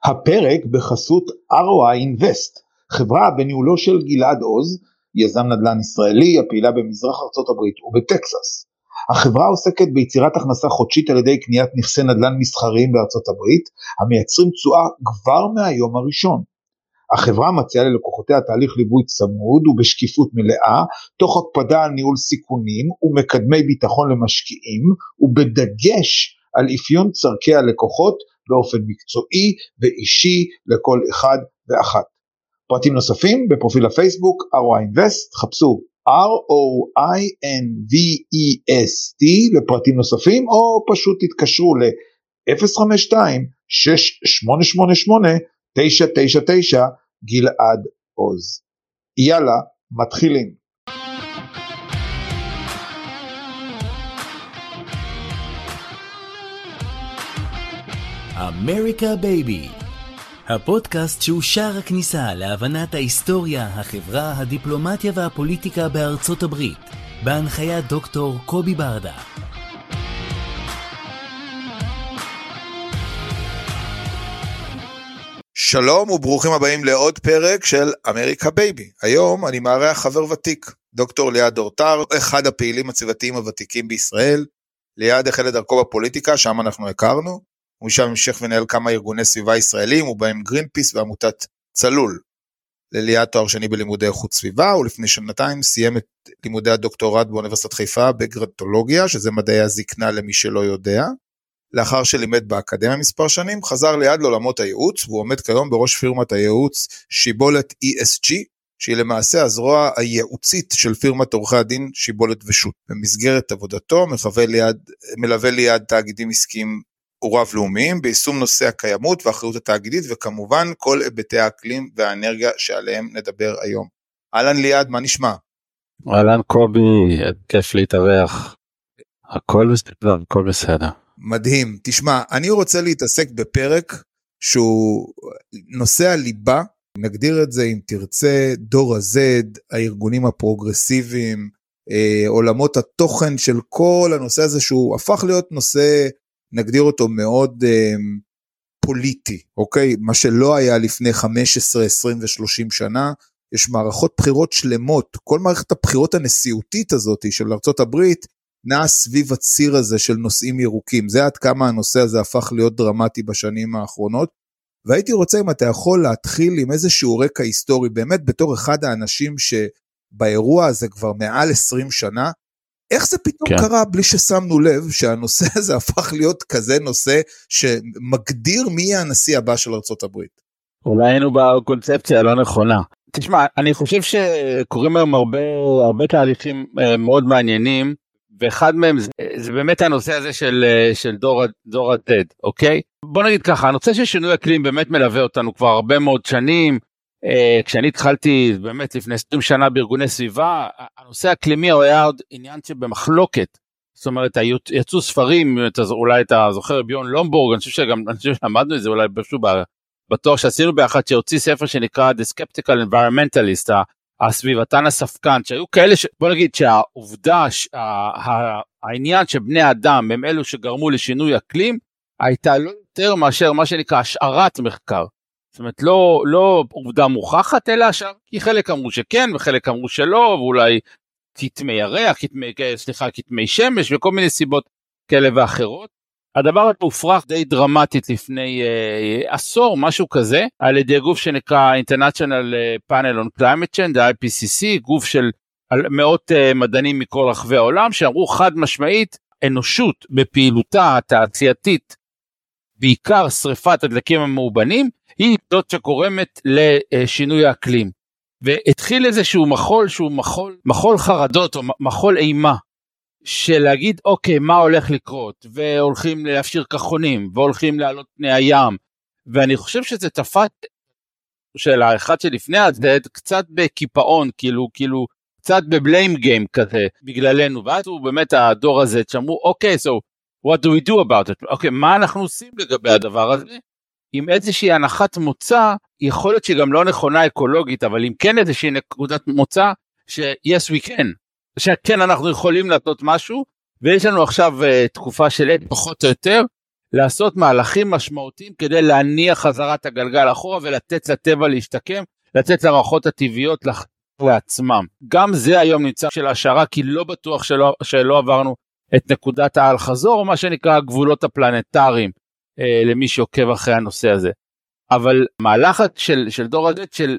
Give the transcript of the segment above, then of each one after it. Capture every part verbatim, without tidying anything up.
הפרק בחסות אר או איי Invest, חברה בניהולו של גלעד עוז, יזם נדל"ן ישראלי הפעילה במזרח ארצות הברית ובטקסס. החברה עוסקת ביצירת הכנסה חודשית על ידי קניית נכסי נדל"ן מסחריים בארצות הברית, המייצרים תשואה כבר מהיום הראשון. החברה מציעה ללקוחותיה תהליך ליווי צמוד ובשקיפות מלאה, תוך הקפדה על ניהול סיכונים ומקדמי ביטחון למשקיעים, ובדגש על אפיון צרכי הלקוחות באופן מקצועי ואישי לכל אחד ואחת. פרטים נוספים בפרופיל הפייסבוק אר או איי Invest, חפשו אר או איי אן וי אי אס טי לפרטים נוספים, או פשוט תתקשרו ל-אפס חמש שתיים שש שמונה שמונה שמונה תשע תשע תשע גלעד עוז. יאללה, מתחילים. אמריקה בייבי, הפודקאסט שהוא שער הכניסה להבנת ההיסטוריה, החברה, הדיפלומטיה והפוליטיקה בארצות הברית, בהנחיית דוקטור קובי ברדה. שלום וברוכים הבאים לעוד פרק של אמריקה בייבי. היום אני מארח חבר ותיק, דוקטור ליעד דורטר, אחד הפעילים הצוותיים הוותיקים בישראל. ליעד החל את דרכו בפוליטיקה, שם אנחנו הכרנו. הוא משם המשך ונהל כמה ארגוני סביבה ישראלים, ובהם גרינפיס ועמותת צלול. לליעד תואר שני בלימודי איכות סביבה, ולפני שנתיים סיים את לימודי הדוקטורט באוניברסיטת חיפה בגרנטולוגיה, שזה מדעי הזקנה למי שלא יודע. לאחר שלימד באקדמיה מספר שנים, חזר ליעד לעולמות הייעוץ, והוא עומד כיום בראש פירמת הייעוץ שיבולת אי אס ג'י, שהיא למעשה הזרוע הייעוצית של פירמת עורכי הדין שיבולת ושות'. במסגרת עבודתו מלווה ליעד, מלווה ליעד תאגידים עסקיים ורב-לאומיים, ביישום נושא הקיימות והאחריות התאגידית, וכמובן כל היבטי האקלים והאנרגיה שעליהם נדבר היום. אהלן ליעד, מה נשמע? אהלן קובי, כיף להתארח. הכל בסדר, הכל בסדר. מדהים. תשמע, אני רוצה להתעסק בפרק שהוא נושא הליבה, נגדיר את זה אם תרצה, דור ה-Z, הארגונים הפרוגרסיביים, אה, עולמות התוכן של כל הנושא הזה, שהוא הפך להיות נושא, נגדיר אותו מאוד אה, פוליטי, אוקיי? מה שלא היה לפני חמש עשרה, עשרים ו-שלושים שנה, יש מערכות בחירות שלמות, כל מערכת הבחירות הנשיאותית הזאת של ארצות הברית, נע סביב הציר הזה של נושאים ירוקים. זה עד כמה הנושא הזה הפך להיות דרמטי בשנים האחרונות, והייתי רוצה אם אתה יכול להתחיל עם איזשהו רקע היסטורי, באמת בתור אחד האנשים שבאירוע הזה כבר מעל עשרים שנה, איך זה פתאום כן. קרה בלי ששמנו לב שהנושא הזה הפך להיות כזה נושא שמגדיר מי הנשיא הבא של ארצות הברית? אולי היינו בקונספציה הלא נכונה. תשמע, אני חושב שקוראים היום הרבה, הרבה תהליכים מאוד מעניינים, ואחד מהם זה, זה באמת הנושא הזה של, של דור, דור ה-Z, אוקיי? בוא נגיד ככה, הנושא של שינוי אקלים באמת מלווה אותנו כבר הרבה מאוד שנים. כשאני התחלתי באמת לפני עשרים שנה בארגוני סביבה, הנושא האקלימי היה עוד עניין שבמחלוקת. זאת אומרת, יצאו ספרים, אולי אתה זוכר ביון לומבורג, אני חושב שגם, אני חושב שלמדנו את זה אולי פשוט בתואר שעשינו באחד, שהוציא ספר שנקרא The Skeptical Environmentalist, הסביבתן הספקן, שהיו כאלה, ש... בוא נגיד שהעובדה, העניין שבני האדם הם אלו שגרמו לשינוי אקלים, הייתה לא יותר מאשר מה שנקרא השערת מחקר. זאת אומרת, לא, לא עובדה מוכחת, אלא השער, כי חלק אמרו שכן, וחלק אמרו שלא, ואולי כתמי ירח, כתמי, סליחה, כתמי שמש, וכל מיני סיבות כאלה ואחרות. הדבר הזה הופרח די דרמטית לפני אה, עשור, משהו כזה, על ידי גוף שנקרא International Panel on Climate Change, ה-איי פי סי סי, גוף של מאות אה, מדענים מכל רחבי העולם, שאמרו חד משמעית, אנושות בפעילותה התעשייתית, בעיקר שריפת הדלקים המאובנים, היא זאת שקורמת לשינוי האקלים. והתחיל איזשהו מחול, שהוא מחול, מחול חרדות או מחול אימה, של להגיד, אוקיי, מה הולך לקרות, והולכים להפשיר כחונים, והולכים לעלות פני הים, ואני חושב שזה תפת של האחד שלפני הזה, קצת בקיפאון, כאילו, כאילו, קצת בבליים גיים כזה, בגללנו, ואז הוא באמת הדור הזה, שאמרו, אוקיי, so, what do we do about it? אוקיי, מה אנחנו עושים לגבי הדבר הזה? עם איזושהי הנחת מוצא, יכול להיות שהיא גם לא נכונה אקולוגית, אבל אם כן איזושהי נקודת מוצא, ש-yes we can, שכן אנחנו יכולים לעשות משהו, ויש לנו עכשיו uh, תקופה של עת פחות או יותר, לעשות מהלכים משמעותיים כדי להניע חזרת הגלגל אחורה ולתת לטבע להשתקם, לתת לרוחות הטבעיות לעצמם. גם זה היום נמצא של השערה, כי לא בטוח שלא, שלא עברנו את נקודת העל חזור, או מה שנקרא הגבולות הפלנטריים, אה, למי שעוקב אחרי הנושא הזה. אבל מהלך של, של דור הזד, של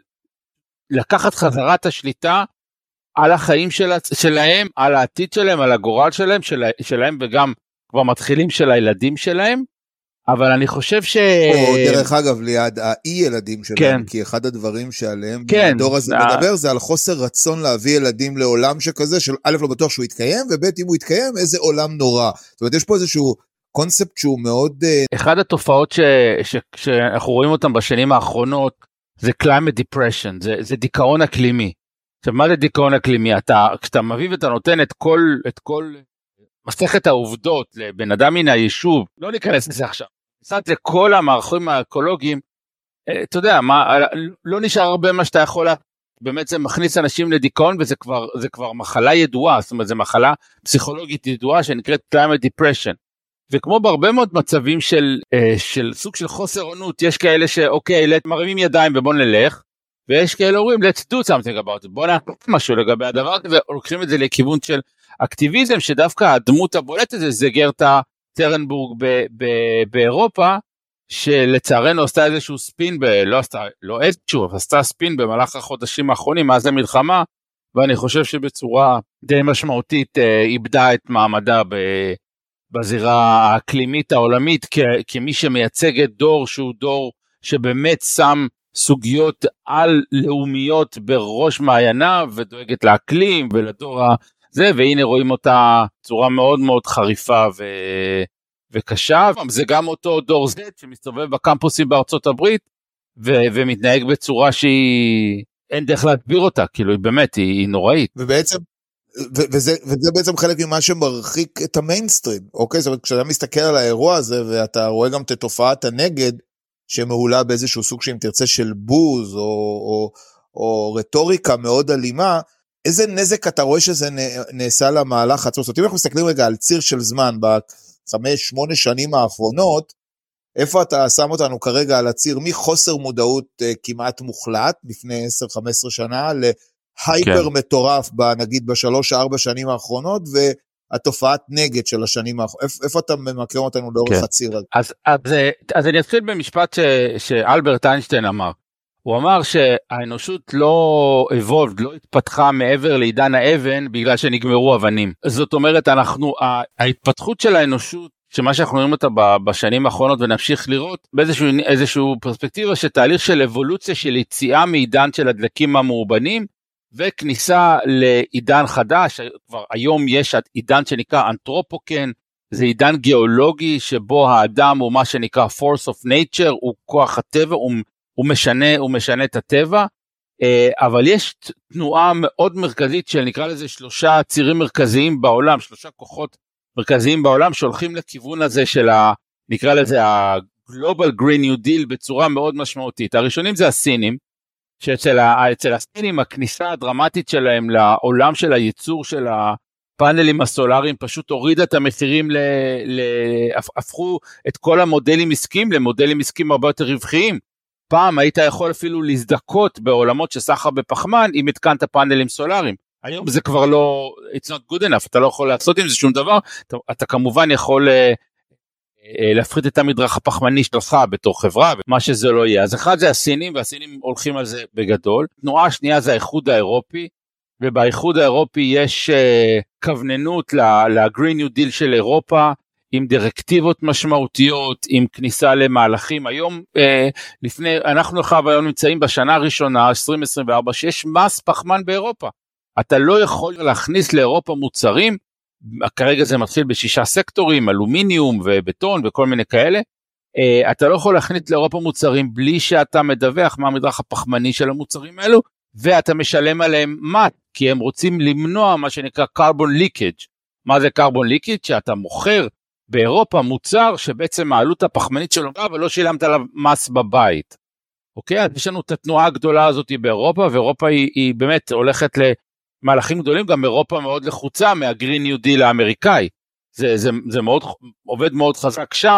לקחת חזרת השליטה על החיים של, שלהם, על העתיד שלהם, על הגורל שלהם, של, שלהם, וגם כבר מתחילים של הילדים שלהם, אבל אני חושב ש... או דרך אגב ליד האי ילדים שלהם, כן. כי אחד הדברים שעליהם כן. הדור הזה ה... מדבר, זה על חוסר רצון להביא ילדים לעולם שכזה, של א' לא בטוח שהוא יתקיים, וב' אם הוא יתקיים, איזה עולם נורא. זאת אומרת, יש פה איזשהו קונספט שהוא מאוד... אחד התופעות ש... ש... שאנחנו רואים אותם בשנים האחרונות, זה climate depression, זה, זה דיכאון אקלימי. עכשיו, מה זה דיכאון אקלימי? אתה, כשאתה מביא ואתה נותן את כל... את כל... מסכת העובדות לבן אדם מן היישוב, לא ניכנס לזה עכשיו, קצת לכל המערכים האקולוגיים, אתה יודע, מה, לא נשאר הרבה מה שאתה יכול, באמת זה מכניס אנשים לדיכאון, וזה כבר, זה כבר מחלה ידועה, זאת אומרת, זה מחלה פסיכולוגית ידועה, שנקראת climate depression, וכמו בהרבה מאוד מצבים של, של סוג של חוסר עונות, יש כאלה שאוקיי, מרימים ידיים ובוא נלך, ויש כאלה אומרים, let's do something about it, בוא נעשה משהו לגבי הדבר, ולוקחים את זה לכיוון של אקטיביזם, שדווקא הדמות הבולטת זה, זה גרטה טרנבורג ב- ב- באירופה, שלצערנו עשתה איזשהו ספין, ב- לא עשתה, לא איזשהו, עשתה ספין במהלך החודשים האחרונים, מאז המלחמה, ואני חושב שבצורה די משמעותית אה, איבדה את מעמדה ב- בזירה האקלימית העולמית, כ- כמי שמייצגת דור שהוא דור שבאמת שם סוגיות על לאומיות בראש מעיינה, ודואגת לאקלים ולדור ה... זה, והנה רואים אותה צורה מאוד מאוד חריפה ו... וקשה, זה גם אותו דור Z שמסתובב בקמפוסים בארצות הברית, ו... ומתנהג בצורה שהיא, אין דרך להדביר אותה, כאילו היא באמת, היא, היא נוראית. ובעצם, ו- וזה, וזה בעצם חלק ממה שמרחיק את המיינסטרים, אוקיי? זאת אומרת, כשאתה מסתכל על האירוע הזה, ואתה רואה גם את תופעת הנגד, שמעולה באיזשהו סוג שאם תרצה של בוז, או, או, או רטוריקה מאוד אלימה, איזה נזק אתה רואה שזה נעשה למהלך עצמו? זאת אומרת, אם אנחנו מסתכלים רגע על ציר של זמן, בחמש, שמונה שנים האחרונות, איפה אתה שם אותנו כרגע על הציר, מחוסר מודעות כמעט מוחלט, לפני עשר חמש עשרה שנה, להייפר כן. מטורף, נגיד בשלוש ארבע שנים האחרונות, והתופעת נגד של השנים האחרונות, איפה, איפה אתה ממקרם אותנו לאורך כן. הציר הזה? אז, אז, אז אני אתחיל במשפט ש, שאלברט איינשטיין אמר, הוא אמר שהאנושות לא evolved, לא התפתחה מעבר לעידן האבן בגלל שנגמרו אבנים. זאת אומרת, אנחנו, ההתפתחות של האנושות, שמה שאנחנו רואים אותה בשנים האחרונות ונמשיך לראות, באיזשהו איזשהו פרספקטיבה שתהליך של אבולוציה של יציאה מעידן של הדלקים המאובנים, וכניסה לעידן חדש, כבר היום יש עידן שנקרא אנתרופוקן, זה עידן גיאולוגי שבו האדם הוא מה שנקרא force of nature, הוא כוח הטבע, הוא הוא משנה, הוא משנה את הטבע, אבל יש תנועה מאוד מרכזית של נקרא לזה שלושה צירים מרכזיים בעולם, שלושה כוחות מרכזיים בעולם שהולכים לכיוון הזה של ה, נקרא לזה ה-Global Green New Deal בצורה מאוד משמעותית. הראשונים זה הסינים, שאצל אצל הסינים הכניסה הדרמטית שלהם לעולם של הייצור של הפאנלים הסולאריים פשוט הורידה את המחירים, ל, ל, הפכו את כל המודלים עסקיים למודלים עסקיים הרבה יותר רווחיים. פעם היית יכול אפילו להזדקות בעולמות שסחר בפחמן אם התקנת פאנלים סולאריים. היום זה כבר לא, it's not good enough, אתה לא יכול לעשות עם זה שום דבר, אתה, אתה כמובן יכול uh, uh, להפחית את המדרך הפחמני שלך בתור חברה, מה שזה לא יהיה. אז אחד זה הסינים, והסינים הולכים על זה בגדול. תנועה שנייה זה האיחוד האירופי, ובאיחוד האירופי יש uh, כווננות ל-Green New Deal של אירופה, עם דירקטיבות משמעותיות, עם כניסה למהלכים. היום, אה, לפני, אנחנו עכשיו היום נמצאים בשנה הראשונה, עשרים עשרים וארבע, שיש מס פחמן באירופה. אתה לא יכול להכניס לאירופה מוצרים, כרגע זה מתחיל בשישה סקטורים, אלומיניום ובטון וכל מיני כאלה, אה, אתה לא יכול להכניס לאירופה מוצרים, בלי שאתה מדווח מה המדרך הפחמני של המוצרים האלו, ואתה משלם עליהם מס, כי הם רוצים למנוע מה שנקרא carbon leakage. מה זה carbon leakage? שאתה מוכר, באירופה מוצר שבעצם העלות הפחמנית שלו, אבל לא שילמת עליו מס בבית. אוקיי? אז יש לנו את התנועה הגדולה הזאת באירופה, ואירופה היא, היא באמת הולכת למהלכים גדולים, גם אירופה מאוד לחוצה מהגרין ניו דיל האמריקאי. זה, זה, זה מאוד, עובד מאוד חזק שם,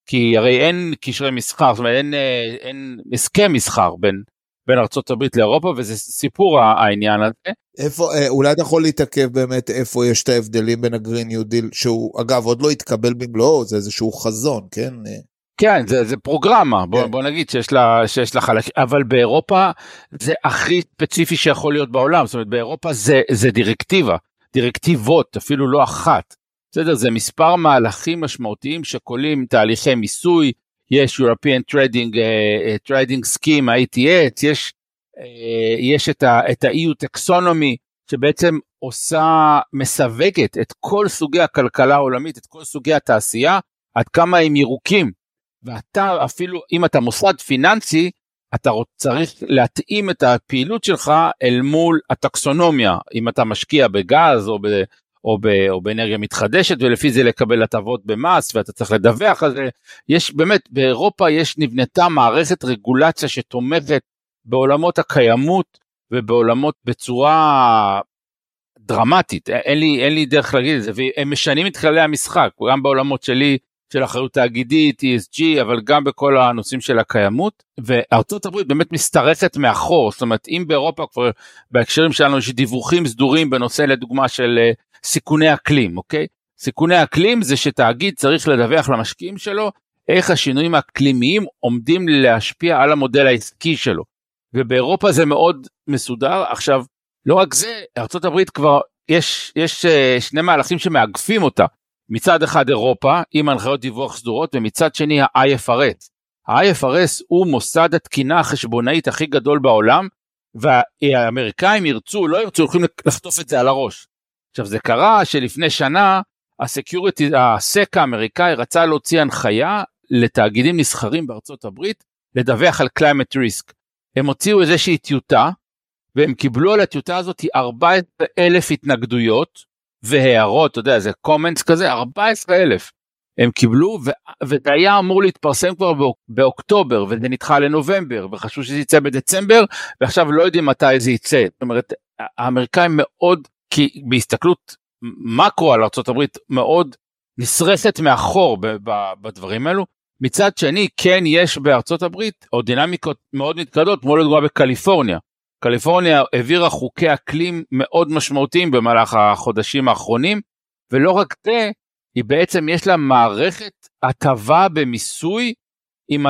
כי הרי אין קשרי מסחר, זאת אומרת אין, אין הסכם מסחר בין, בין ארצות הברית לאירופה, וזה סיפור העניין הזה. איפה, אולי אתה יכול להתעכב באמת איפה יש את ההבדלים בין הגרין ניו דיל, שהוא אגב עוד לא התקבל במלואו, זה איזשהו חזון, כן? כן, זה, זה פרוגרמה, בוא, בוא נגיד שיש לה, שיש לה חלק, אבל באירופה זה הכי ספציפי שיכול להיות בעולם, זאת אומרת באירופה זה, זה דירקטיבה, דירקטיבות, אפילו לא אחת, בסדר? זה מספר מהלכים משמעותיים שכוללים תהליכי מיסוי, יש European Trading, uh, Trading Scheme, ה-איי טי אס, יש, uh, יש את ה-אי יו Taxonomy, שבעצם עושה, מסווגת את כל סוגי הכלכלה העולמית, את כל סוגי התעשייה, עד כמה הם ירוקים, ואתה אפילו, אם אתה מוסד פיננסי, אתה צריך להתאים את הפעילות שלך אל מול הטקסונומיה, אם אתה משקיע בגז או, ב, או, ב, או באנרגיה מתחדשת, ולפי זה לקבל הטבות במס, ואתה צריך לדווח על זה. יש באמת, באירופה יש נבנתה מערכת רגולציה שתומכת בעולמות הקיימות, ובעולמות בצורה דרמטית, אין לי, אין לי דרך להגיד את זה, והם משנים את כללי המשחק, גם בעולמות שלי, של אחריות תאגידית, אי אס ג'י, אבל גם בכל הנושאים של הקיימות, וארצות הברית באמת מסתרסת מאחור, זאת אומרת, אם באירופה כבר בהקשרים שלנו יש דיווחים סדורים בנושא לדוגמה של סיכוני אקלים, אוקיי? סיכוני אקלים זה שתאגיד צריך לדווח למשקיעים שלו, איך השינויים האקלימיים עומדים להשפיע על המודל העסקי שלו, ובאירופה זה מאוד מסודר. עכשיו, לא רק זה, ארצות הברית כבר, יש, יש שני מהלכים שמאגפים אותה, מצד אחד אירופה עם הנחיות דיווח סדורות, ומצד שני ה-איי אף אר אס. ה-איי אף אר אס הוא מוסד התקינה החשבונאית הכי גדול בעולם, והאמריקאים ירצו, לא ירצו, יכולים לחטוף את זה על הראש. עכשיו זה קרה שלפני שנה, הסקיוריטי, הסק האמריקאי רצה להוציא הנחיה לתאגידים נסחרים בארצות הברית, לדווח על climate risk. הם הוציאו איזושהי טיוטה, והם קיבלו על הטיוטה הזאת ארבעה עשר אלף התנגדויות, והערות, אתה יודע, זה קומנטס כזה, ארבעה עשר אלף הם קיבלו, וזה היה אמור להתפרסם כבר באוקטובר, וזה נדחה לנובמבר, וחשבו שזה יצא בדצמבר, ועכשיו לא יודעים מתי זה יצא. זאת אומרת, האמריקאים מאוד, כי בהסתכלות מקרו על ארצות הברית, מאוד נשרסת מאחור בדברים האלו. מצד שני, כן יש בארצות הברית, או דינמיקות מאוד מתקדמות, כמו לדוגמה בקליפורניה. קליפורניה העבירה חוקי אקלים מאוד משמעותיים במהלך החודשים האחרונים, ולא רק זה, היא בעצם יש לה מערכת הטבה במיסוי, אם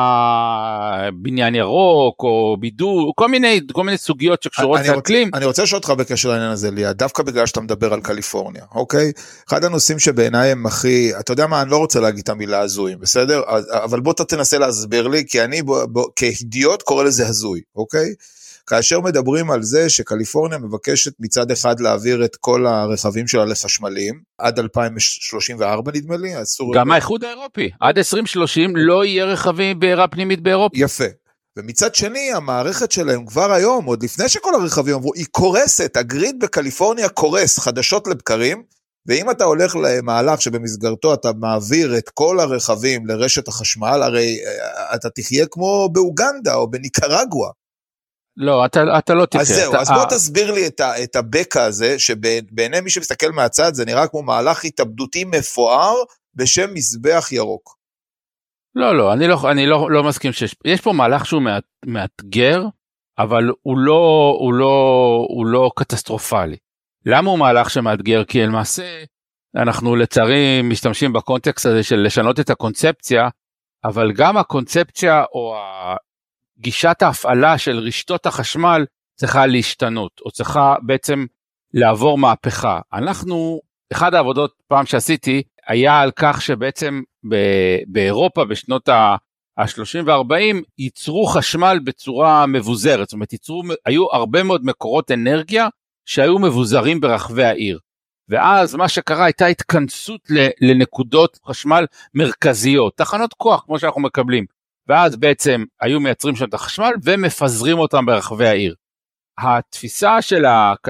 אתה בניין ירוק או בידור, כל מיני, כל מיני סוגיות שקשורות לאקלים. אני רוצה לשאול אותך בקשר לעניין הזה, ליה, דווקא בגלל שאתה מדבר על קליפורניה, אוקיי? אחד הנושאים שבעיניי הם הכי, אתה יודע מה, אני לא רוצה להגיד את המילה הזויים, בסדר? אבל בוא תנסה להסביר לי, כי אני כהדיוט קורא לזה הזוי, אוקיי? כאשר מדברים על זה שקליפורניה מבקשת מצד אחד להעביר את כל הרכבים שלה לחשמליים, עד אלפיים שלושים וארבע נדמה לי, גם האיחוד האירופי, עד עשרים שלושים לא יהיה רכבים בעירה פנימית באירופה. יפה, ומצד שני המערכת שלהם כבר היום, עוד לפני שכל הרכבים עברו, היא קורסת, הגריד בקליפורניה קורס חדשות לבקרים, ואם אתה הולך למהלך שבמסגרתו אתה מעביר את כל הרכבים לרשת החשמל, הרי אתה תחיה כמו באוגנדה או בניקרגואה. לא, אתה, אתה לא תחיה. אז זהו, אתה, אז בוא תסביר לי את, ה, את הבקע הזה, שבעיני מי שמסתכל מהצד, זה נראה כמו מהלך התאבדותי מפואר, בשם מזבח ירוק. לא, לא, אני לא, אני לא, לא מסכים שיש, יש פה מהלך שהוא מאתגר, אבל הוא לא, הוא לא, הוא לא קטסטרופלי. למה הוא מהלך שמאתגר? כי למעשה, אנחנו לצערי משתמשים בקונטקסט הזה של לשנות את הקונספציה, אבל גם הקונספציה או ה... גישת ההפעלה של רשתות החשמל צריכה להשתנות, או צריכה בעצם לעבור מהפכה. אנחנו, אחד העבודות פעם שעשיתי, היה על כך שבעצם באירופה בשנות ה-שלושים וה-ארבעים, ייצרו חשמל בצורה מבוזרת, זאת אומרת, ייצרו, היו הרבה מאוד מקורות אנרגיה, שהיו מבוזרים ברחבי העיר. ואז מה שקרה הייתה התכנסות לנקודות חשמל מרכזיות, תחנות כוח כמו שאנחנו מקבלים. ואז בעצם היו מייצרים שם את החשמל ומפזרים אותם ברחבי העיר. התפיסה של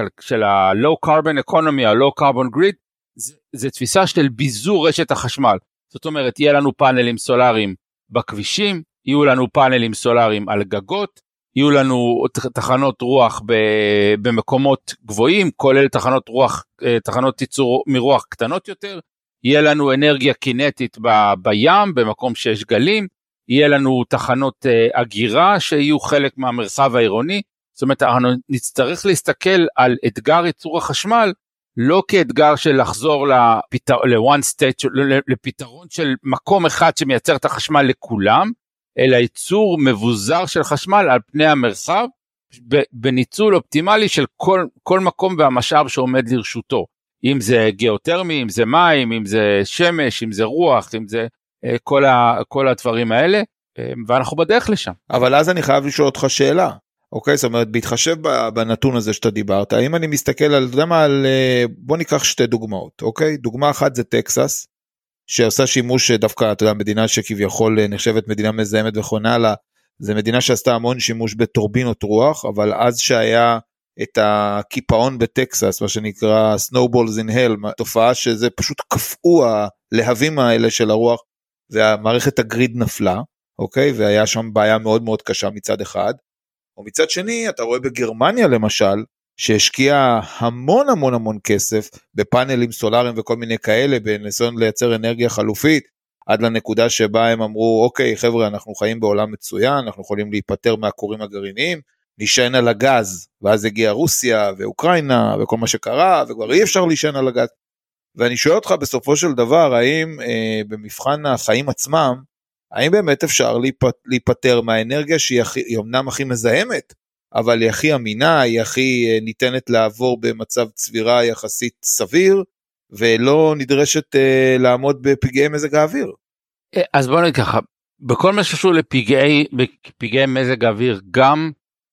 ה-low carbon economy, ה-low carbon grid, זה, זה תפיסה של ביזור רשת החשמל. זאת אומרת, יהיה לנו פאנלים סולאריים בכבישים, יהיו לנו פאנלים סולאריים על גגות, יהיו לנו תחנות רוח במקומות גבוהים, כולל תחנות רוח, תחנות ייצור מרוח קטנות יותר, יהיה לנו אנרגיה קינטית ב, בים, במקום שיש גלים, יהיה לנו תחנות uh, אגירה שיהיו חלק מהמרחב העירוני, זאת אומרת, אנחנו נצטרך להסתכל על אתגר ייצור החשמל, לא כאתגר של לחזור לפתר, ל-one state, לפתרון של מקום אחד שמייצר את החשמל לכולם, אלא ייצור מבוזר של חשמל על פני המרחב, בניצול אופטימלי של כל, כל מקום והמשאב שעומד לרשותו. אם זה גיאותרמי, אם זה מים, אם זה שמש, אם זה רוח, אם זה כל, ה, כל הדברים האלה, ואנחנו בדרך לשם. אבל אז אני חייב לשאול אותך שאלה. אוקיי, זאת אומרת, בהתחשב בנתון הזה שאתה דיברת, האם אני מסתכל על, אתה יודע מה, על, בוא ניקח שתי דוגמאות, אוקיי? דוגמה אחת זה טקסס, שעושה שימוש דווקא, אתה יודע, מדינה שכביכול נחשבת מדינה מזהמת וכונה לה, זה מדינה שעשתה המון שימוש בטורבינות רוח, אבל אז שהיה את הקיפאון בטקסס, מה שנקרא snowballs in hell, תופעה שזה פשוט קפאו הלהבים האלה של הרוח, והמערכת הגריד נפלה, אוקיי? והיה שם בעיה מאוד מאוד קשה מצד אחד, או מצד שני, אתה רואה בגרמניה למשל, שהשקיע המון המון המון כסף, בפאנלים סולאריים וכל מיני כאלה, בניסיון לייצר אנרגיה חלופית, עד לנקודה שבה הם אמרו, אוקיי חבר'ה, אנחנו חיים בעולם מצוין, אנחנו יכולים להיפטר מהכורים הגרעיניים, נשען על הגז, ואז הגיעה רוסיה ואוקראינה, וכל מה שקרה, וכבר אי אפשר להישען על הגז. ואני שואל אותך בסופו של דבר, האם אה, במבחן החיים עצמם, האם באמת אפשר להיפטר מהאנרגיה שהיא הכי, היא אמנם הכי מזהמת, אבל היא הכי אמינה, היא הכי ניתנת לעבור במצב צבירה יחסית סביר, ולא נדרשת uh, לעמוד בפגעי מזג האוויר. אז בואו נגיד ככה, בכל מה שקשור לפגעי, לפגעי מזג האוויר, גם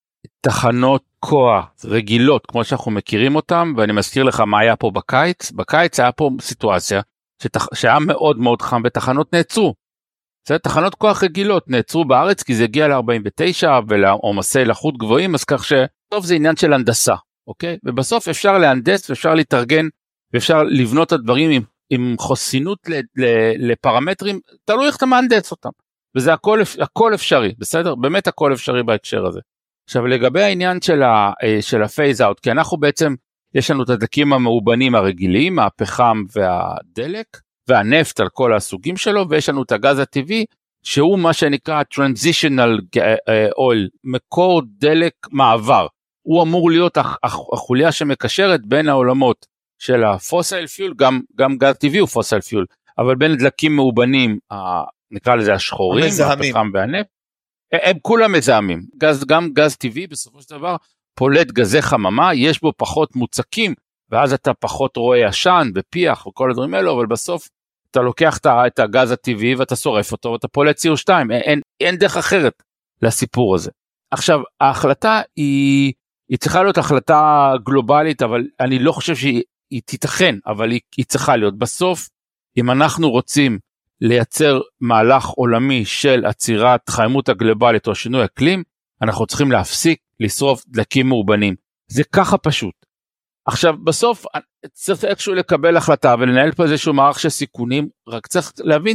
תחנות כוח רגילות, כמו שאנחנו מכירים אותם, ואני מזכיר לך מה היה פה בקיץ, בקיץ היה פה סיטואציה, שתח, שהיה מאוד מאוד חם, ותחנות נעצרו. זה תחנות כוח רגילות נעצרו בארץ, כי זה הגיע ל-ארבעים ותשע, ולעומסי לחות גבוהים, אז כך שטוב זה עניין של הנדסה, אוקיי? ובסוף אפשר להנדס, ואפשר להתארגן, ואפשר לבנות את הדברים עם, עם חוסינות ל, ל, לפרמטרים, תלוי איך אתה מהנדס אותם, וזה הכל, הכל אפשרי, בסדר? באמת הכל אפשרי בהקשר הזה. עכשיו לגבי העניין של, ה, של הפייז אאוט, כי אנחנו בעצם, יש לנו את הדלקים המאובנים הרגילים, הפחם והדלק, והנפט על כל הסוגים שלו, ויש לנו את הגז הטבעי, שהוא מה שנקרא Transitional Oil, מקור דלק מעבר, הוא אמור להיות החוליה שמקשרת בין העולמות, של הפוסל פיול, גם, גם גז טבעי הוא פוסל פיול, אבל בין דלקים מאובנים, נקרא לזה השחורים, הפחם והנפט, הם כולם מזהמים, גז, גם גז טבעי בסופו של דבר, פולט גזי חממה, יש בו פחות מוצקים, ואז אתה פחות רואה עשן ופיח וכל הדברים האלו, אבל בסוף אתה לוקח את הגז הטבעי ואתה שורף אותו, ואתה פולט סי או שתיים, אין, אין דרך אחרת לסיפור הזה. עכשיו, ההחלטה היא, היא צריכה להיות החלטה גלובלית, אבל אני לא חושב שהיא היא תיתכן, אבל היא, היא צריכה להיות. בסוף, אם אנחנו רוצים לייצר מהלך עולמי של עצירת חיימות הגלובלית או שינוי אקלים, אנחנו צריכים להפסיק לשרוף דלקים מאובנים. זה ככה פשוט. עכשיו, בסוף, צריך איכשהו לקבל החלטה ולנהל פה איזשהו מערך של סיכונים, רק צריך להבין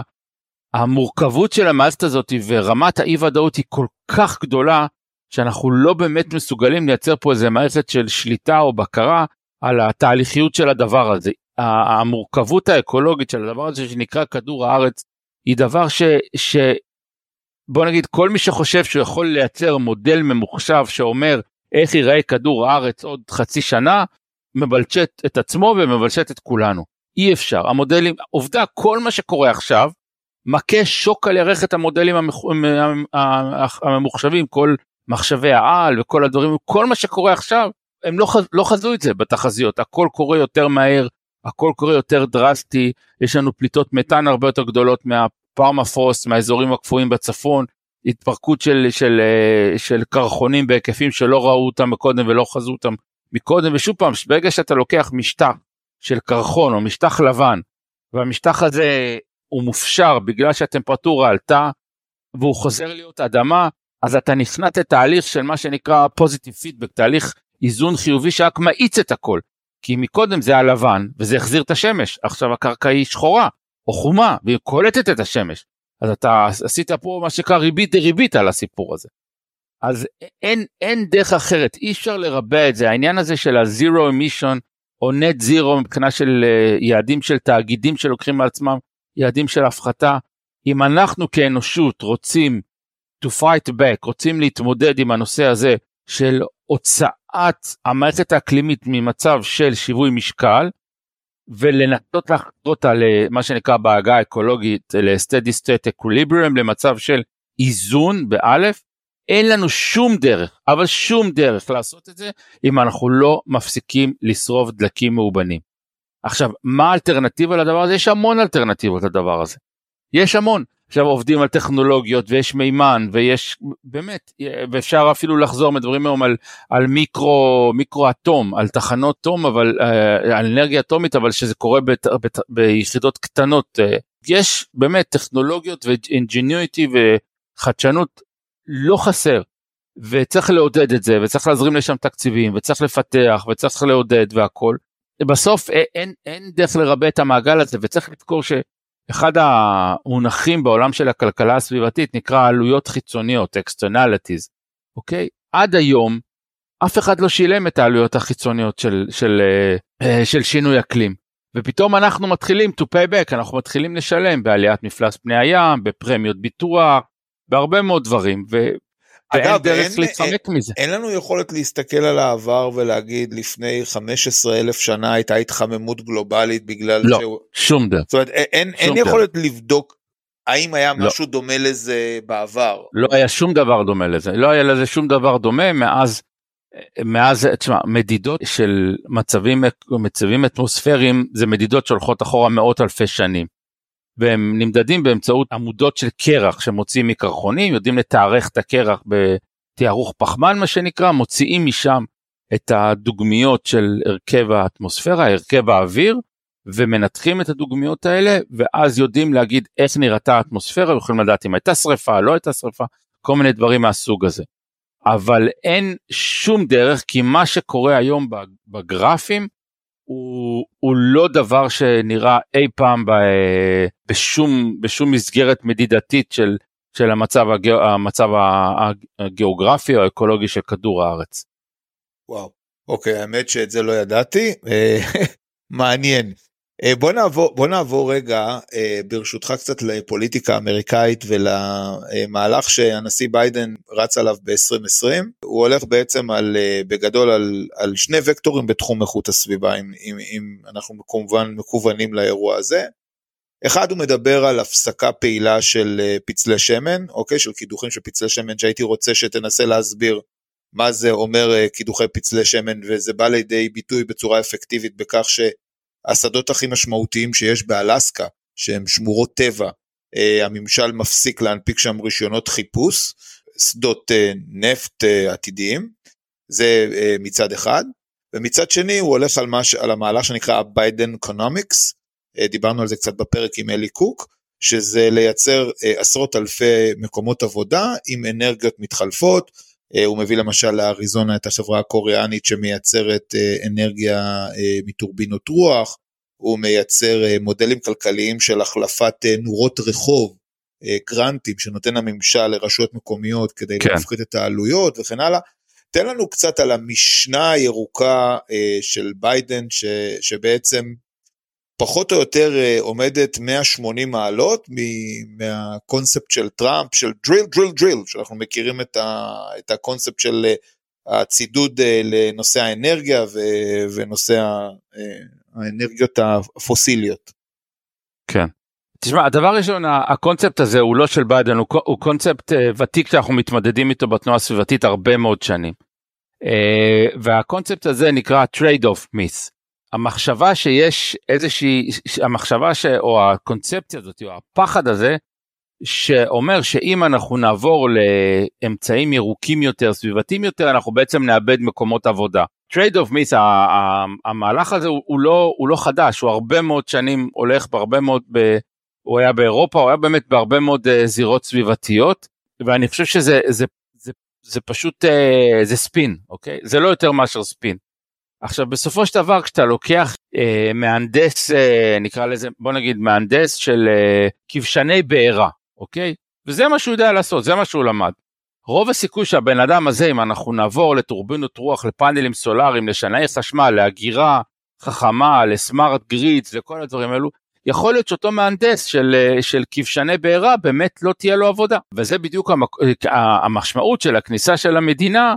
שהמורכבות של המערכת הזאת ורמת האי-ודאות היא כל כך גדולה, שאנחנו לא באמת מסוגלים לייצר פה איזו מערכת של שליטה או בקרה, על התהליכיות של הדבר הזה. המורכבות האקולוגית של הדבר הזה שנקרא כדור הארץ, היא דבר ש, ש... בוא נגיד, כל מי שחושב שהוא יכול לייצר מודל ממוחשב שאומר איך ייראה כדור הארץ עוד חצי שנה, מבלשת את עצמו ומבלשת את כולנו. אי אפשר. המודלים, עובדה, כל מה שקורה עכשיו, מכה שוק על ירכת המודלים הממוחשבים, כל מחשבי העל וכל הדברים, כל מה שקורה עכשיו, הם לא, חז, לא חזו את זה בתחזיות, הכל קורה יותר מהר, הכל קורה יותר דרסטי, יש לנו פליטות מתאן הרבה יותר גדולות מהפרמפרוסט, מהאזורים הקפואים בצפון, התפרקות של, של, של קרחונים בהיקפים שלא ראו אותם מקודם ולא חזו אותם מקודם, ושוב פעם, ברגע שאתה לוקח משטח של קרחון או משטח לבן, והמשטח הזה הוא מופשר בגלל שהטמפרטורה עלתה, והוא חוזר להיות אדמה, אז אתה נכנס לתהליך של מה שנקרא positive feedback, תהליך איזון חיובי שרק מאיץ את הכל, כי מקודם זה הלבן, וזה החזיר את השמש, עכשיו הקרקע היא שחורה, או חומה, והיא קולטת את השמש, אז אתה עשית פה מה שקרה ריבית דריבית על הסיפור הזה, אז אין, אין דרך אחרת, אי אפשר לרבע את זה, העניין הזה של ה-zero emission, או נט זירו מבחינה של יעדים של תאגידים שלוקחים על עצמם, יעדים של הפחתה. אם אנחנו כאנושות רוצים to fight back, רוצים להתמודד עם הנושא הזה של הוצאת המערכת האקלימית ממצב של שיווי משקל, ולנסות לחזור אותה למה שנקרא בעגה האקולוגית, ל-steady state equilibrium, למצב של איזון באלף, אין לנו שום דרך, אבל שום דרך לעשות את זה, אם אנחנו לא מפסיקים לשרוף דלקים מאובנים. עכשיו, מה האלטרנטיבה לדבר הזה? יש המון אלטרנטיבות לדבר הזה. יש המון. עכשיו עובדים על טכנולוגיות, ויש מימן, ויש, באמת, ואפשר אפילו לחזור מדברים היום על, על מיקרו, מיקרו אטום, על תחנות אטום, אבל, על אנרגיה אטומית, אבל שזה קורה בת, בת, ביחידות קטנות. יש באמת טכנולוגיות ואינג'יניויטי וחדשנות לא חסר, וצריך לעודד את זה, וצריך להזרים לשם תקציבים, וצריך לפתח, וצריך לעודד והכל. בסוף אין, אין דרך לרבה את המעגל הזה, וצריך לזכור ש... אחד המונחים בעולם של הכלכלה הסביבתית נקרא עלויות חיצוניות, externalities, אוקיי? עד היום אף אחד לא שילם את העלויות החיצוניות של, של, של שינוי אקלים, ופתאום אנחנו מתחילים to pay back, אנחנו מתחילים לשלם בעליית מפלס פני הים, בפרמיות ביטוח, בהרבה מאוד דברים, ו... אגב, ואין דרך להתחמק מזה. אין לנו יכולת להסתכל על העבר ולהגיד לפני חמישה עשר אלף שנה הייתה התחממות גלובלית בגלל לא, שהוא... שום דרך. זאת אומרת, אין, אין יכולת לבדוק האם היה משהו לא. דומה לזה בעבר. לא היה שום דבר דומה לזה, לא היה לזה שום דבר דומה מאז, מאז, תשמע, מדידות של מצבים, מצבים אטמוספריים, זה מדידות שהולכות אחורה מאות אלפי שנים. והם נמדדים באמצעות עמודות של קרח שמוציאים מקרחונים, יודעים לתארך את הקרח בתיארוך פחמן מה שנקרא, מוציאים משם את הדוגמיות של הרכב האטמוספירה, הרכב האוויר, ומנתחים את הדוגמיות האלה, ואז יודעים להגיד איך נראתה האטמוספירה, יכולים לדעת אם הייתה שריפה, לא הייתה שריפה, כל מיני דברים מהסוג הזה. אבל אין שום דרך, כי מה שקורה היום בגרפים, הוא, הוא לא דבר שנראה אי פעם ב, בשום, בשום מסגרת מדידתית של, של המצב, הגיאו, המצב הגיאוגרפי או האקולוגי של כדור הארץ. וואו, אוקיי, האמת שאת זה לא ידעתי, מעניין. בוא נעבור, בוא נעבור רגע, ברשותך קצת לפוליטיקה האמריקאית ולמהלך שהנשיא ביידן רץ עליו ב-עשרים עשרים, הוא הולך בעצם על, בגדול על, על שני וקטורים בתחום איכות הסביבה, אם, אם, אם אנחנו כמובן מקוונים לאירוע הזה. אחד הוא מדבר על הפסקה פעילה של פצלי שמן, אוקיי, של קידוחים של פצלי שמן, שהייתי רוצה שתנסה להסביר מה זה אומר קידוחי פצלי שמן, וזה בא לידי ביטוי בצורה אפקטיבית בכך ש השדות הכי משמעותיים שיש באלסקה, שהם שמורות טבע, הממשל מפסיק להנפיק שם רישיונות חיפוש, שדות נפט עתידיים, זה מצד אחד, ומצד שני הוא הולך על, מש, על המהלך שנקרא ביידן אקונומיקס, דיברנו על זה קצת בפרק עם אלי קוק, שזה לייצר עשרות אלפי מקומות עבודה עם אנרגיות מתחלפות, הוא מביא למשל לאריזונה את החברה הקוריאנית שמייצרת אנרגיה מטורבינות רוח, הוא מייצר מודלים כלכליים של החלפת נורות רחוב, גרנטים שנותן הממשל לרשויות מקומיות כדי כן. להפחית את העלויות וכן הלאה. תן לנו קצת על המשנה הירוקה של ביידן ש, שבעצם פחות או יותר עומדת מאה ושמונים מעלות מהקונספט של טראמפ, של drill, drill, drill, שאנחנו מכירים את, ה, את הקונספט של הצידוד לנושא האנרגיה ונושא האנרגיות הפוסיליות. כן. תשמע, הדבר ראשון, הקונספט הזה הוא לא של ביידן, הוא, הוא קונספט ותיק שאנחנו מתמודדים איתו בתנועה הסביבתית הרבה מאוד שנים. והקונספט הזה נקרא trade-off myth. המחשבה שיש איזושהי, המחשבה ש, או הקונספציה הזאת, או הפחד הזה, שאומר שאם אנחנו נעבור לאמצעים ירוקים יותר, סביבתיים יותר, אנחנו בעצם נאבד מקומות עבודה. Trade of Myth, המהלך הזה הוא, הוא, לא, הוא לא חדש, הוא הרבה מאוד שנים הולך בהרבה מאוד, ב, הוא היה באירופה, הוא היה באמת בהרבה מאוד זירות סביבתיות, ואני חושב שזה זה, זה, זה פשוט, זה ספין, אוקיי? זה לא יותר מאשר ספין. עכשיו, בסופו של דבר, כשאתה לוקח אה, מהנדס, אה, נקרא לזה, בוא נגיד, מהנדס של אה, כבשני בעירה, אוקיי? וזה מה שהוא יודע לעשות, זה מה שהוא למד. רוב הסיכוי שהבן אדם הזה, אם אנחנו נעבור לטורבינות רוח, לפאנלים סולאריים, לשנאי חשמל, להגירה חכמה, לסמארט גרידס וכל הדברים האלו, יכול להיות שאותו מהנדס של, של כבשני בעירה באמת לא תהיה לו עבודה. וזה בדיוק המשמעות של הכניסה של המדינה,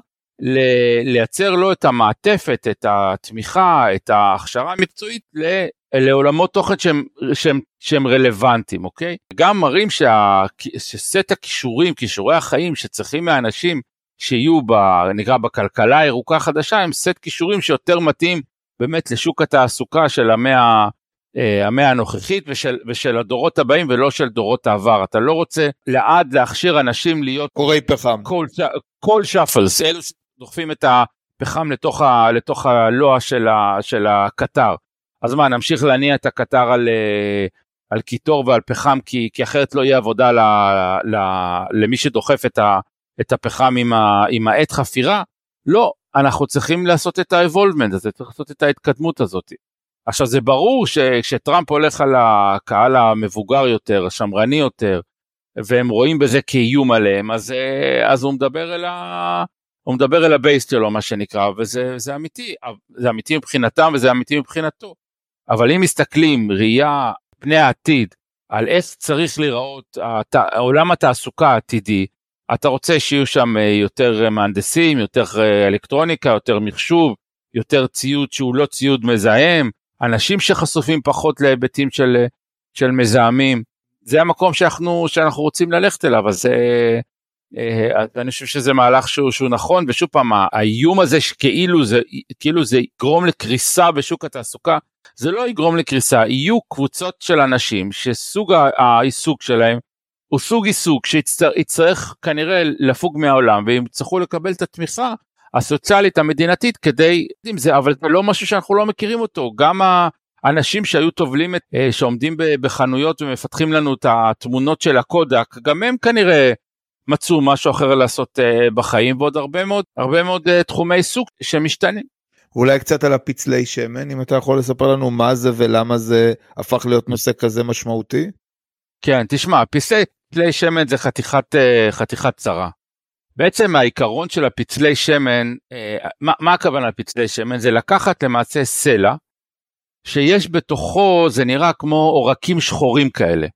לייצר לו את המעטפת, את התמיכה, את ההכשרה המקצועית לעולמות תוכן שהם, שהם, שהם רלוונטיים, אוקיי? גם מראים שה, שסט הכישורים, כישורי החיים שצריכים מהאנשים שיהיו ב, נקרא בכלכלה הירוקה חדשה, הם סט כישורים שיותר מתאים באמת לשוק התעסוקה של המאה, המאה הנוכחית ושל, ושל הדורות הבאים ולא של דורות העבר. אתה לא רוצה לעד להכשיר אנשים להיות קורי פחם. כל שפלס, אלו שדוחפים את הפחם לתוך, ה, לתוך הלוע של, ה, של הקטר. אז מה, נמשיך להניע את הקטר על, על קיטור ועל פחם, כי, כי אחרת לא יהיה עבודה ל, ל, למי שדוחף את, ה, את הפחם עם, ה, עם העת חפירה? לא, אנחנו צריכים לעשות את ה-evolvement הזה, צריך לעשות את ההתקדמות הזאת. עכשיו זה ברור שכשטראמפ הולך על הקהל המבוגר יותר, השמרני יותר, והם רואים בזה כאיום עליהם, אז, אז הוא מדבר אל ה... הוא מדבר אל הבייס שלו, מה שנקרא, וזה זה אמיתי, זה אמיתי מבחינתם וזה אמיתי מבחינתו. אבל אם מסתכלים ראייה פני העתיד, על איך צריך לראות עולם התעסוקה העתידי, אתה רוצה שיהיו שם יותר מהנדסים, יותר אלקטרוניקה, יותר מחשוב, יותר ציוד שהוא לא ציוד מזהם, אנשים שחשופים פחות להיבטים של, של מזהמים, זה המקום שאנחנו, שאנחנו רוצים ללכת אליו, אז אה, אני חושב שזה מהלך שהוא, שהוא נכון, ושוב פעם, האיום הזה שכאילו זה, כאילו זה יגרום לקריסה בשוק התעסוקה, זה לא יגרום לקריסה, יהיו קבוצות של אנשים שסוג העיסוק שלהם, הוא סוג עיסוק שיצטרך כנראה לפוג מהעולם, והם יצטרכו לקבל את התמיכה הסוציאלית המדינתית כדי, אבל זה לא משהו שאנחנו לא מכירים אותו, גם האנשים שהיו טובלים, שעומדים בחנויות ומפתחים לנו את התמונות של הקודק, גם הם כנראה מצאו משהו אחר לעשות בחיים, ועוד הרבה מאוד, הרבה מאוד תחומי עיסוק שמשתנים. אולי קצת על הפצלי שמן, אם אתה יכול לספר לנו מה זה ולמה זה הפך להיות נושא כזה משמעותי? כן, תשמע, פצלי שמן זה חתיכת, חתיכת צרה. בעצם העיקרון של הפצלי שמן, מה, מה הכוונה לפצלי שמן? זה לקחת למעשה סלע, שיש בתוכו, זה נראה כמו עורקים שחורים כאלה.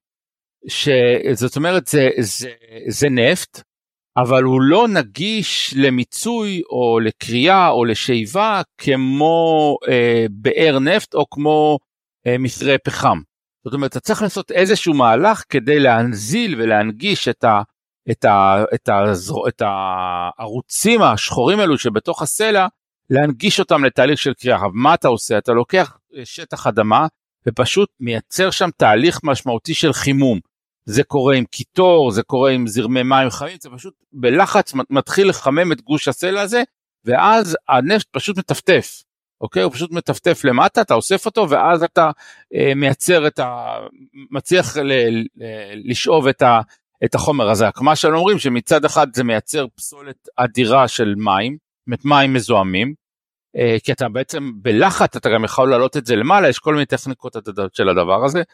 שזאת אומרת, זה, זה, זה נפט, אבל הוא לא נגיש למיצוי או לקריאה או לשאיבה, כמו אה, באר נפט או כמו אה, מסרי פחם. זאת אומרת, אתה צריך לעשות איזשהו מהלך כדי להנזיל ולהנגיש את ה... את, ה, את, ה, את הערוצים השחורים האלו שבתוך הסלע, להנגיש אותם לתהליך של קריאה. מה אתה עושה? אתה לוקח שטח אדמה, ופשוט מייצר שם תהליך משמעותי של חימום. זה קורה עם קיטור, זה קורה עם זרמי מים חמים, זה פשוט בלחץ מתחיל לחמם את גוש הסלע הזה, ואז הנפט פשוט מטפטף. אוקיי? הוא פשוט מטפטף למטה, אתה אוסף אותו, ואז אתה אה, מייצר את ה... מצליח ל, ל, לשאוב את ה... את החומר הזה. מה שאנו אומרים שמצד אחד זה מייצר פסולת אדירה של מים, מים מזוהמים, כי אתה בעצם בלחץ, אתה גם יכול לעלות את זה למעלה, יש כל מיני טכניקות של הדבר הזה,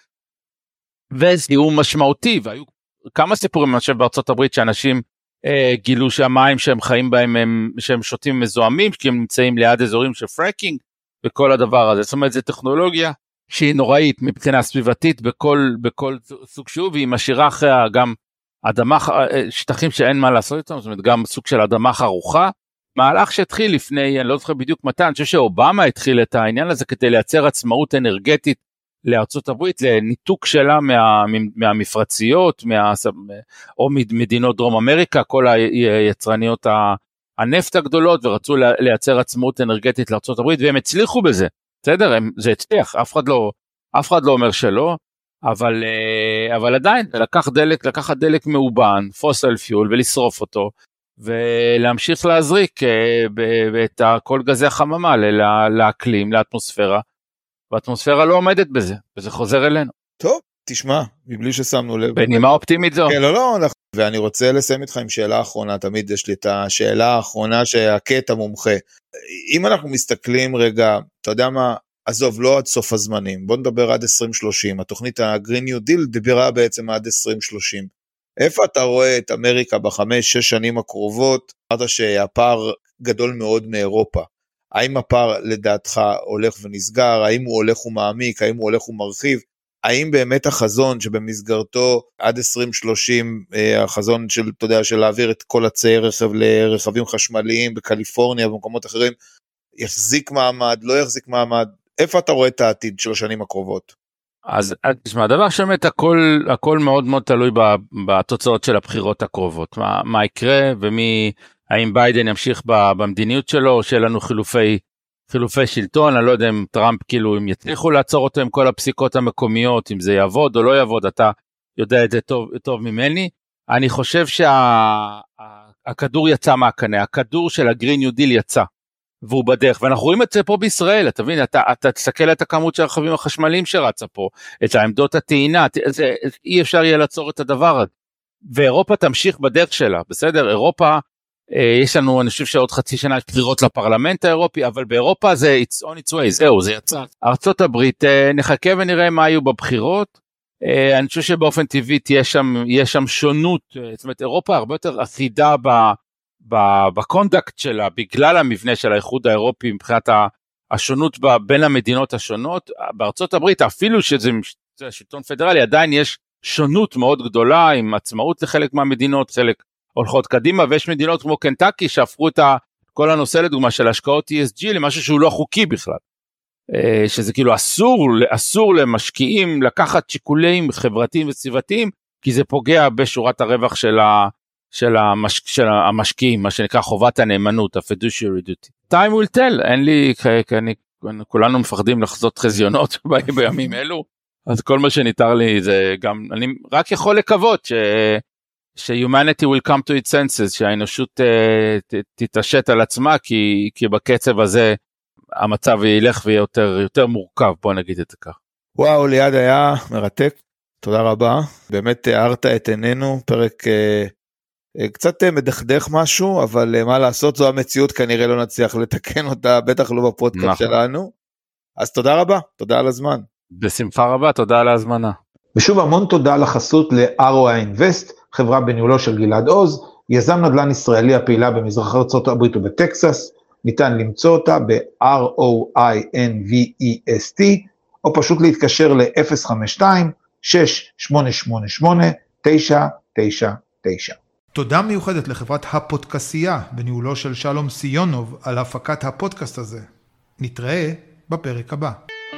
וזיהום משמעותי, והיו כמה סיפורים בארצות הברית שאנשים גילו שהמים שהם חיים בהם, שהם שותים מזוהמים, כי הם נמצאים ליד אזורים של פרקינג, וכל הדבר הזה. זאת אומרת, זו טכנולוגיה שהיא נוראית מבחינה סביבתית בכל, בכל סוג שהוא, והיא משאירה אחריה גם אדמה, שטחים שאין מה לעשות איתם, זאת אומרת גם סוג של אדמה חרוכה, מהלך שהתחיל לפני, אני לא זוכר בדיוק מתי, אני חושב שאובמה התחיל את העניין הזה כדי לייצר עצמאות אנרגטית לארצות הברית, זה ניתוק שלה מה, מהמפרציות, מה, או מדינות דרום אמריקה, כל היצרניות הנפט הגדולות, ורצו לייצר עצמאות אנרגטית לארצות הברית, והם הצליחו בזה, בסדר? הם, זה הצליח, אף אחד לא, אף אחד לא אומר שלא, אבל, אבל עדיין, לקח דלק, לקחת דלק מאובן, פוסל פיול, ולשרוף אותו, ולהמשיך להזריק את כל גזי החממה לאקלים, לאטמוספירה, והאטמוספירה לא עומדת בזה, וזה חוזר אלינו. טוב, תשמע, מבלי ששמנו לב. בנימה אופטימית זו. כן, לא, לא, ואני רוצה לסיים איתך עם שאלה האחרונה, תמיד יש לי את השאלה האחרונה שהכה את המומחה. אם אנחנו מסתכלים רגע, אתה יודע מה, עזוב, לא עד סוף הזמנים, בוא נדבר עד עשרים שלושים, התוכנית ה-Green New Deal דיברה בעצם עד עשרים שלושים. איפה אתה רואה את אמריקה בחמש, שש שנים הקרובות? אמרת שהפער גדול מאוד מאירופה. האם הפער לדעתך הולך ונסגר, האם הוא הולך ומעמיק, האם הוא הולך ומרחיב, האם באמת החזון שבמסגרתו עד עשרים שלושים, החזון של, אתה יודע, של להעביר את כל הצי רכב לרכבים חשמליים בקליפורניה ובמקומות אחרים, יחזיק מעמד, לא יחזיק מעמד, איפה אתה רואה את העתיד של השנים הקרובות? אז תשמע, הדבר שבאמת הכל, הכל מאוד מאוד תלוי בתוצאות של הבחירות הקרובות, מה, מה יקרה ומי, האם ביידן ימשיך במדיניות שלו, או שיהיה לנו חילופי, חילופי שלטון, אני לא יודע אם טראמפ כאילו, אם יצליחו לעצור אותו עם כל הפסיקות המקומיות, אם זה יעבוד או לא יעבוד, אתה יודע את זה טוב, טוב ממני. אני חושב שהכדור יצא מהקנה, הכדור של הגרין ניו דיל יצא, והוא בדרך, ואנחנו רואים את זה פה בישראל, אתה מבין, אתה, אתה תסתכל את הכמות של הרכבים החשמליים שרצה פה, את העמדות הטעינה, זה, אי אפשר יהיה לעצור את הדבר הזה, ואירופה תמשיך בדרך שלה, בסדר? אירופה, אה, יש לנו, אני חושב שעוד חצי שנה בחירות לפרלמנט האירופי, אבל באירופה זה it's on its way, זהו, זה יצא. ארצות הברית, אה, נחכה ונראה מה היו בבחירות, אה, אני חושב שבאופן טבעי תהיה שם, יהיה שם שונות, אה, זאת אומרת, אירופה הרבה יותר אחידה ב... בקונדקט שלה, בגלל המבנה של האיחוד האירופי, מבחינת השונות בין המדינות השונות, בארצות הברית, אפילו שזה שלטון פדרלי, עדיין יש שונות מאוד גדולה, עם עצמאות לחלק מהמדינות, חלק הולכות קדימה, ויש מדינות כמו קנטקי, שהפכו את כל הנושא לדוגמה של השקעות E S G, למשהו שהוא לא חוקי בכלל, שזה כאילו אסור, אסור למשקיעים לקחת שיקולים חברתיים וסביבתיים, כי זה פוגע בשורת הרווח של ה... של, המש... של המשקיעים, מה שנקרא חובת הנאמנות, ה-fiduciary duty. time will tell, אין לי, אני, כולנו מפחדים לחזות חזיונות בימים אלו, אז כל מה שניתר לי זה גם, אני רק יכול לקוות ש... ש-humanity will come to its senses, שהאנושות uh, ת, תתעשת על עצמה, כי, כי בקצב הזה המצב ילך ויהיה יותר, יותר מורכב, בוא נגיד את זה כך. וואו, ליעד היה מרתק, תודה רבה, באמת הערת את עינינו, פרק... Uh... קצת מדכדך משהו, אבל מה לעשות, זו המציאות, כנראה לא נצליח לתקן אותה, בטח לא בפודקאסט נכון. שלנו. אז תודה רבה, תודה על הזמן. בשמחה רבה, תודה על ההזמנה. ושוב המון תודה לחסות ל-אר או איי Invest, חברה בניהולו של גלעד עוז, יזם נדל"ן ישראלי הפעילה במזרח ארצות הברית ובטקסס, ניתן למצוא אותה ב-אר או איי אן וי אי אס טי, או פשוט להתקשר ל-אפס חמש שתיים שש שמונה שמונה שמונה תשע תשע תשע. תודה מיוחדת לחברת הפודקאסייה בניהולו של שלום סיונוב על הפקת הפודקאסט הזה. נתראה בפרק הבא.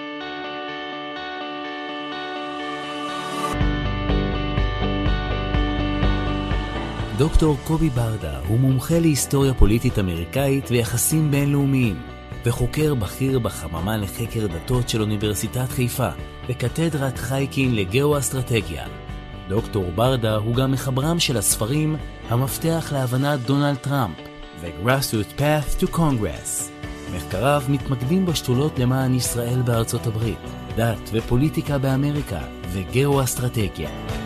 דוקטור קובי ברדה הוא מומחה להיסטוריה פוליטית אמריקאית ויחסים בינלאומיים, וחוקר בכיר בחממה לחקר דתות של אוניברסיטת חיפה, וקתדרת חייקין לגאו-אסטרטגיה. דוקטור ברדה הוא גם מחברם של הספרים המפתח להבנת דונלד טראמפ ו-Grassroots Path to Congress. מחקריו מתמקדים בשתולות למען ישראל בארצות הברית, דת ופוליטיקה באמריקה וגאו-אסטרטגיה.